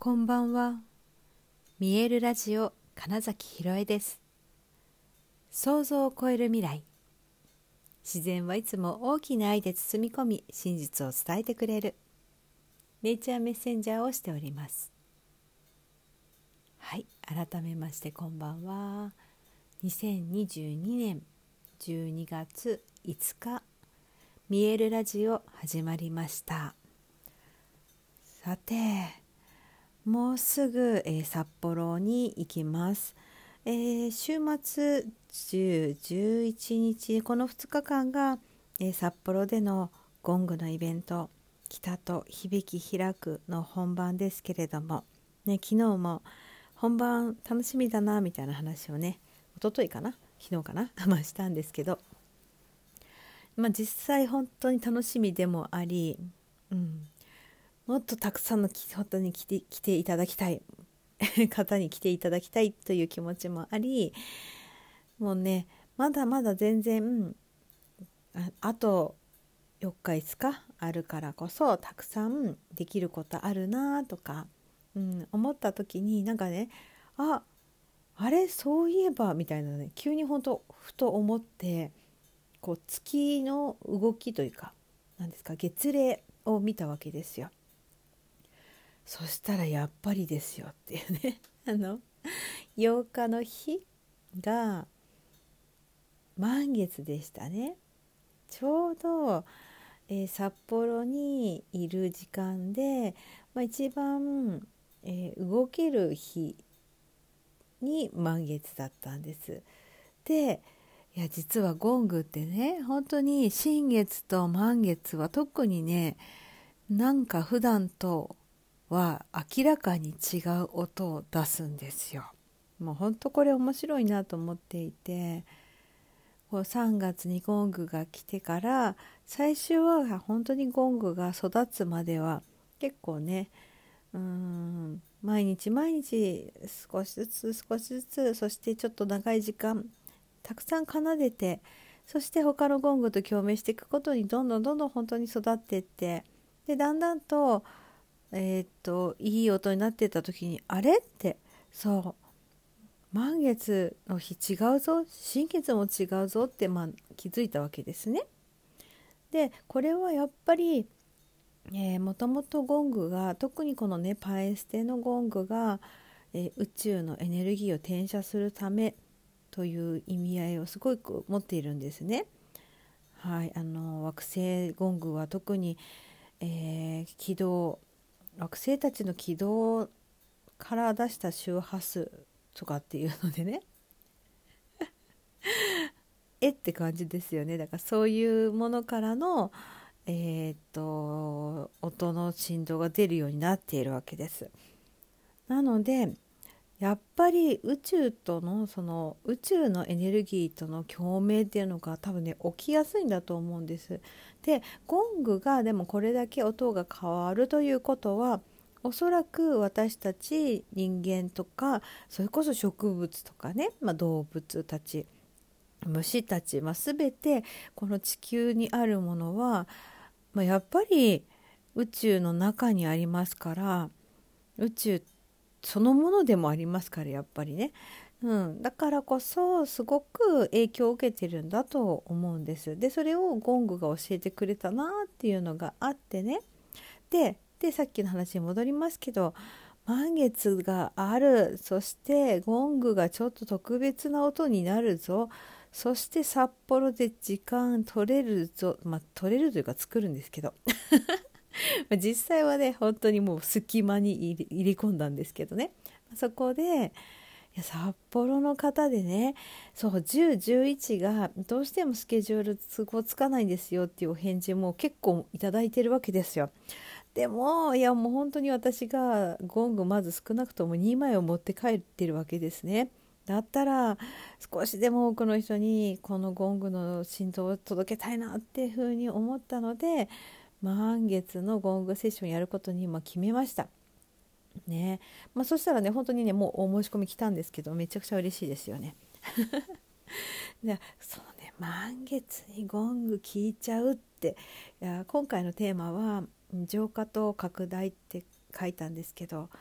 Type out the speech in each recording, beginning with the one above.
こんばんは。見えるラジオ金崎ひろえです。想像を超える未来。自然はいつも大きな愛で包み込み、真実を伝えてくれるネイチャーメッセンジャーをしております。はい、改めましてこんばんは。2022年12月5日、見えるラジオ始まりました。さて、もうすぐ、札幌に行きます。週末10、11日、この2日間が、札幌でのゴングのイベント、北と響き開くの本番ですけれども、ね、昨日も本番楽しみだなみたいな話をね、一昨日かな昨日かなしたんですけど、実際本当に楽しみでもあり、もっとたくさんの方に来ていただきたい方に来ていただきたいという気持ちもあり、もうね、まだまだ全然あと4日5日あるからこそたくさんできることあるなとか、思った時になんかね、あれそういえばみたいなね、急に本当ふと思って、こう月の動きというか、何ですか、月齢を見たわけですよ。そしたらやっぱりですよっていうね8日の日が満月でしたね。ちょうど、札幌にいる時間で、一番、動ける日に満月だったんです。で、いや実はゴングってね、本当に新月と満月は特にね、なんか普段とは明らかに違う音を出すんですよ。もう本当これ面白いなと思っていて、こう3月にゴングが来てから最初は本当にゴングが育つまでは結構ね、毎日毎日少しずつ少しずつ、そしてちょっと長い時間たくさん奏でて、そして他のゴングと共鳴していくことにどんどんどんどん本当に育っていって、でだんだんといい音になっていった時に、あれって、満月の日違うぞ、新月も違うぞって、気づいたわけですね。でこれはやっぱりもともとゴングが、特にこのねパエステのゴングが、宇宙のエネルギーを転写するためという意味合いをすごく持っているんですね。はい、惑星ゴングは特に、軌道、惑星たちの軌道から出した周波数とかっていうのでねって感じですよね。だからそういうものからの、音の振動が出るようになっているわけです。なのでやっぱり宇宙との、その宇宙のエネルギーとの共鳴っていうのが多分ね起きやすいんだと思うんです。でゴングがでもこれだけ音が変わるということは、おそらく私たち人間とか、それこそ植物とかね、動物たち、虫たち、全てこの地球にあるものは、やっぱり宇宙の中にありますから、宇宙そのものでもありますから、やっぱりね、だからこそすごく影響を受けてるんだと思うんです。でそれをゴングが教えてくれたなっていうのがあってね。でさっきの話に戻りますけど、満月がある、そしてゴングがちょっと特別な音になるぞ、そして札幌で時間取れるぞ、取れるというか作るんですけど実際はね本当にもう隙間に入れ込んだんですけどね、そこで札幌の方でね、10、11がどうしてもスケジュール都合つかないんですよっていうお返事も結構いただいてるわけですよ。でももう本当に私がゴングまず少なくとも2枚を持って帰ってるわけですね。だったら少しでも多くの人にこのゴングの振動を届けたいなっていうふうに思ったので、満月のゴングセッションやることに今決めましたね。そしたらね本当にねもうお申し込み来たんですけど、めちゃくちゃ嬉しいですよね。で満月にゴング聞いちゃうって、今回のテーマは浄化と拡大って書いたんですけど、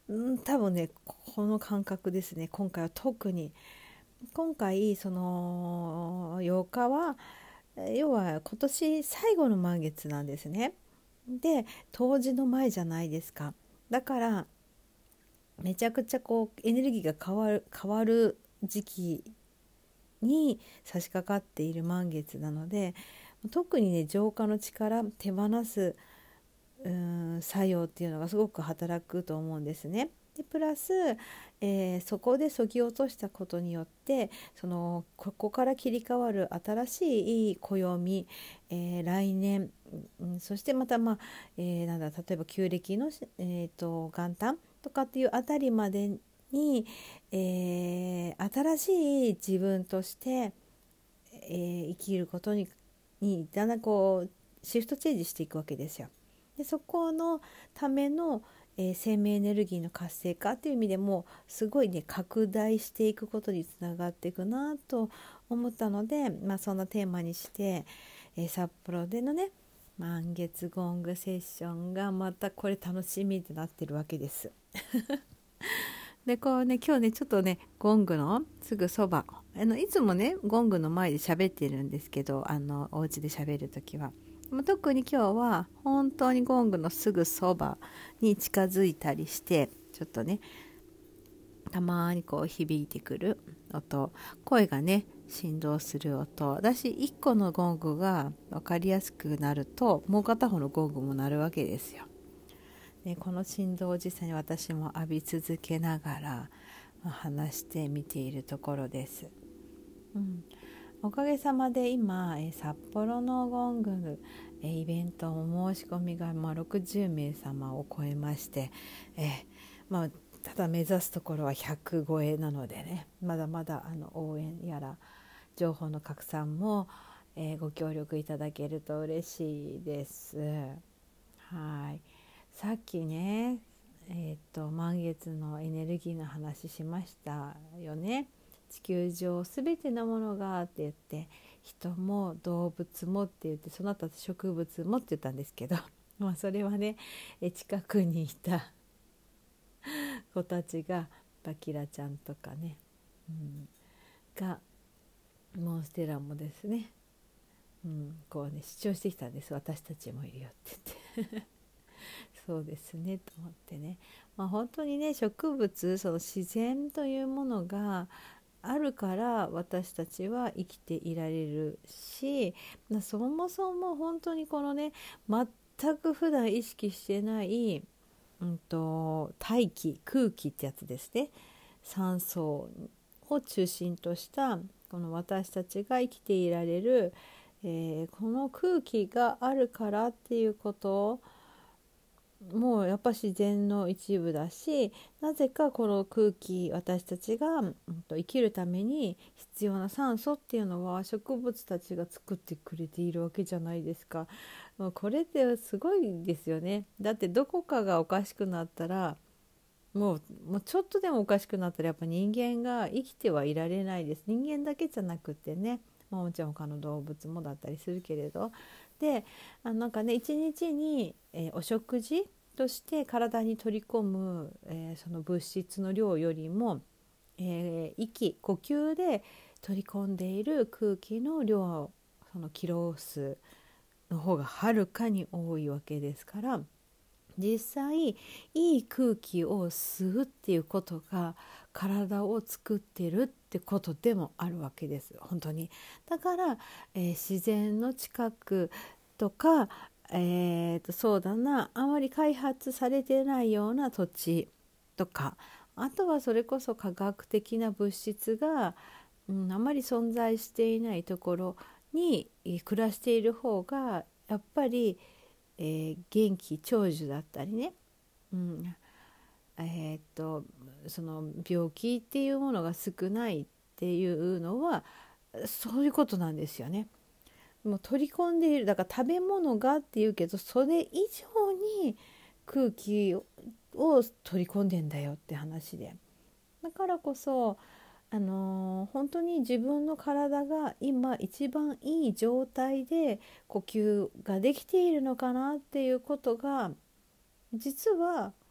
多分ねこの感覚ですね。今回は特にその8日は要は今年最後の満月なんですね。で冬至の前じゃないですか。だからめちゃくちゃこうエネルギーが変わる時期に差し掛かっている満月なので、特にね浄化の力、手放す作用っていうのがすごく働くと思うんですね。でプラス、そこで削ぎ落としたことによってここから切り替わる新しい暦、来年、そしてまた、例えば旧暦の、元旦とかっていうあたりまでに、新しい自分として、生きることにだんだんこうシフトチェンジしていくわけですよ。でそこのための、生命エネルギーの活性化という意味でもすごいね拡大していくことにつながっていくなと思ったので、そんなテーマにして、札幌でのね満月ゴングセッションがまたこれ楽しみってなってるわけです。でこうね今日ねちょっとねゴングのすぐそばいつもねゴングの前で喋ってるんですけどお家で喋るときは特に今日は本当にゴングのすぐそばに近づいたりしてちょっとねたまにこう響いてくる音、声がね振動する音、私1個のゴングが分かりやすくなるともう片方のゴングも鳴るわけですよ。でこの振動を実際に私も浴び続けながら話してみているところです。おかげさまで今札幌のゴングイベントお申し込みが60名様を超えまして、ただ目指すところは100超えなのでね、まだまだ応援やら情報の拡散も、ご協力いただけると嬉しいです。はい、さっきね満月のエネルギーの話しましたよね。地球上すべてのものがって言って、人も動物もって言って、その後植物もって言ったんですけどそれはね近くにいた子たちがバキラちゃんとかね、がモンステラもですね、こうね主張してきたんです。私たちもいるよって言ってそうですねと思ってね、本当にね植物その自然というものがあるから私たちは生きていられるし、そもそも本当にこのね全く普段意識してない、大気空気ってやつですね、酸素を中心としたこの私たちが生きていられる、この空気があるからっていうこともうやっぱ自然の一部だし、なぜかこの空気私たちが、生きるために必要な酸素っていうのは植物たちが作ってくれているわけじゃないですか。これってすごいですよね。だってどこかがおかしくなったらもうちょっとでもおかしくなったらやっぱ人間が生きてはいられないです。人間だけじゃなくてね、もちろん他の動物もだったりするけれど、でなんかね一日に、お食事として体に取り込む、その物質の量よりも、呼吸で取り込んでいる空気の量、そのキロ数の方がはるかに多いわけですから、実際いい空気を吸うっていうことが体を作ってるってことでもあるわけです。本当にだから、自然の近くとか、そうだな、あまり開発されてないような土地とか、あとはそれこそ科学的な物質が、あまり存在していないところに暮らしている方がやっぱり元気長寿だったりね、その病気っていうものが少ないっていうのはそういうことなんですよね。もう取り込んでいる、だから食べ物がっていうけどそれ以上に空気を取り込んでんだよって話で、だからこそ本当に自分の体が今一番いい状態で呼吸ができているのかなっていうことが実は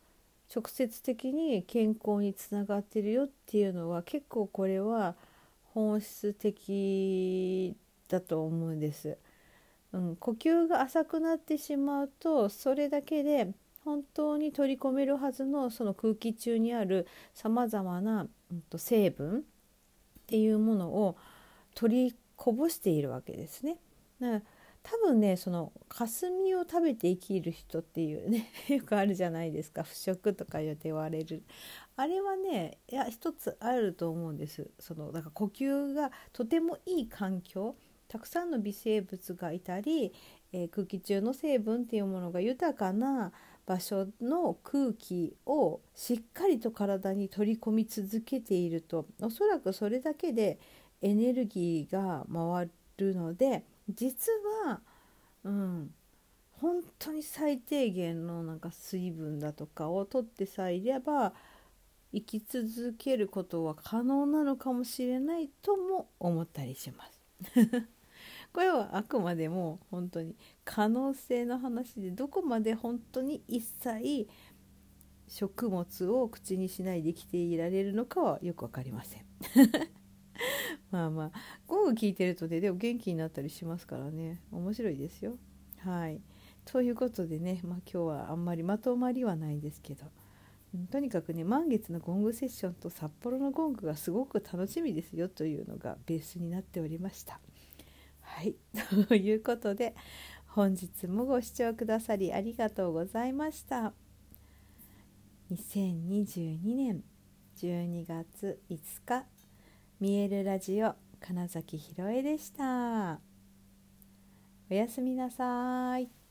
直接的に健康につながってるよっていうのは結構これは本質的だと思うんです。呼吸が浅くなってしまうとそれだけで本当に取り込めるはずのその空気中にあるさまざまな、成分っていうものを取りこぼしているわけですね。だから多分ねその霞を食べて生きる人っていうねよくあるじゃないですか、腐食とか言われるあれはね、いや一つあると思うんです。だから呼吸がとてもいい環境、たくさんの微生物がいたり、空気中の成分っていうものが豊かな場所の空気をしっかりと体に取り込み続けていると、おそらくそれだけでエネルギーが回るので、実は、本当に最低限のなんか水分だとかを取ってさえいれば生き続けることは可能なのかもしれないとも思ったりします。これはあくまでも本当に可能性の話で、どこまで本当に一切食物を口にしないで生きていられるのかはよく分かりません。まあまあ午後聞いてるとね、でも元気になったりしますからね、面白いですよ。はい、ということでね、今日はあんまりまとまりはないですけど、とにかくね、満月のゴングセッションと札幌のゴングがすごく楽しみですよというのがベースになっておりました。はいということで、本日もご視聴くださりありがとうございました。2022年12月5日、見えるラジオ金崎ひろえでした。おやすみなさい。